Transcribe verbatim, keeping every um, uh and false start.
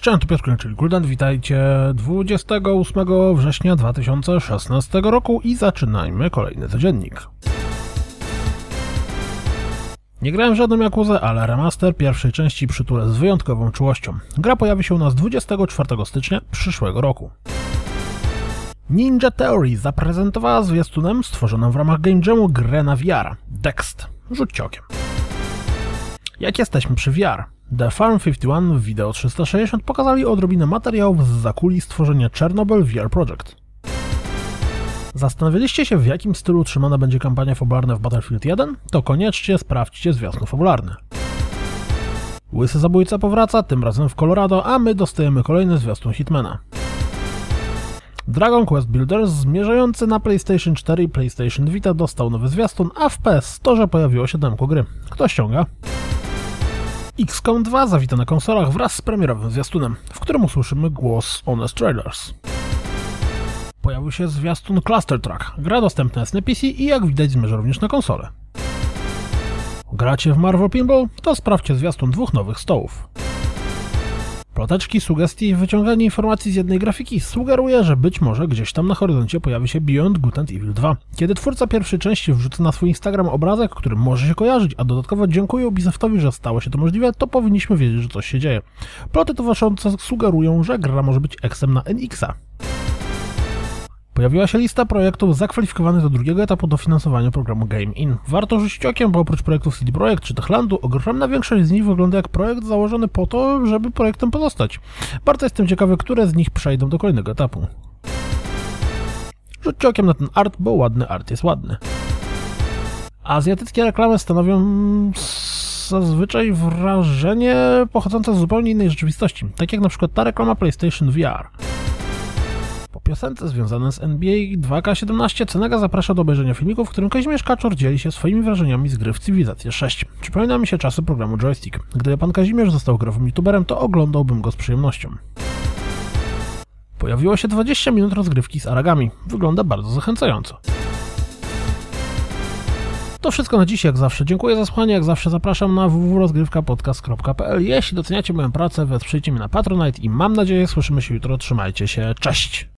Cześć, tu Piotr, czyli Guldan. Witajcie dwudziestego ósmego września dwa tysiące szesnastego roku i zaczynajmy kolejny codziennik. Nie grałem w żadną Yakuzę, ale remaster pierwszej części przytulę z wyjątkową czułością. Gra pojawi się u nas dwudziestego czwartego stycznia przyszłego roku. Ninja Theory zaprezentowała zwiastunem stworzoną w ramach Game Jamu grę na V R. Dext. Rzućcie okiem. Jak jesteśmy przy V R? The Farm pięćdziesiąt jeden w Wideo trzysta sześćdziesiąt pokazali odrobinę materiałów z zakuli stworzenia Chernobyl V R Project. Zastanawialiście się, w jakim stylu utrzymana będzie kampania fabularna w Battlefield jeden? To koniecznie sprawdźcie zwiastun fabularny. Łysy zabójca powraca, tym razem w Colorado, a my dostajemy kolejny zwiastun Hitmana. Dragon Quest Builders zmierzający na PlayStation cztery i PlayStation Vita dostał nowy zwiastun, a w P S Store pojawiło się demko gry. Kto ściąga? X COM dwa zawita na konsolach wraz z premierowym zwiastunem, w którym usłyszymy głos Honest Trailers. Pojawił się zwiastun Cluster Truck. Gra dostępna jest na P C i jak widać zmierza również na konsolę. Gracie w Marvel Pinball? To sprawdźcie zwiastun dwóch nowych stołów. Ploteczki, sugestie i wyciąganie informacji z jednej grafiki sugeruje, że być może gdzieś tam na horyzoncie pojawi się Beyond Good and Evil dwa. Kiedy twórca pierwszej części wrzuca na swój Instagram obrazek, który może się kojarzyć, a dodatkowo dziękuję Ubisoftowi, że stało się to możliwe, to powinniśmy wiedzieć, że coś się dzieje. Ploty towarzyszące sugerują, że gra może być eksem na N X a. Pojawiła się lista projektów zakwalifikowanych do drugiego etapu dofinansowania programu Game In. Warto rzucić okiem, bo oprócz projektów C D Projekt czy Techlandu, ogromna większość z nich wygląda jak projekt założony po to, żeby projektem pozostać. Bardzo jestem ciekawy, które z nich przejdą do kolejnego etapu. Rzućcie okiem na ten art, bo ładny art jest ładny. Azjatyckie reklamy stanowią zazwyczaj wrażenie pochodzące z zupełnie innej rzeczywistości, tak jak na przykład ta reklama PlayStation V R. Po piosence związanej z N B A dwa K siedemnaście Cenega zaprasza do obejrzenia filmiku, w którym Kazimierz Kaczor dzieli się swoimi wrażeniami z gry w Cywilizację sześć. Przypomina mi się czasy programu Joystick. Gdyby pan Kazimierz został growym youtuberem, to oglądałbym go z przyjemnością. Pojawiło się dwadzieścia minut rozgrywki z Aragami. Wygląda bardzo zachęcająco. To wszystko na dziś, jak zawsze. Dziękuję za słuchanie, jak zawsze zapraszam na w w w kropka rozgrywka podcast kropka p l. Jeśli doceniacie moją pracę, wesprzyjcie mnie na Patronite i mam nadzieję słyszymy się jutro. Trzymajcie się, cześć!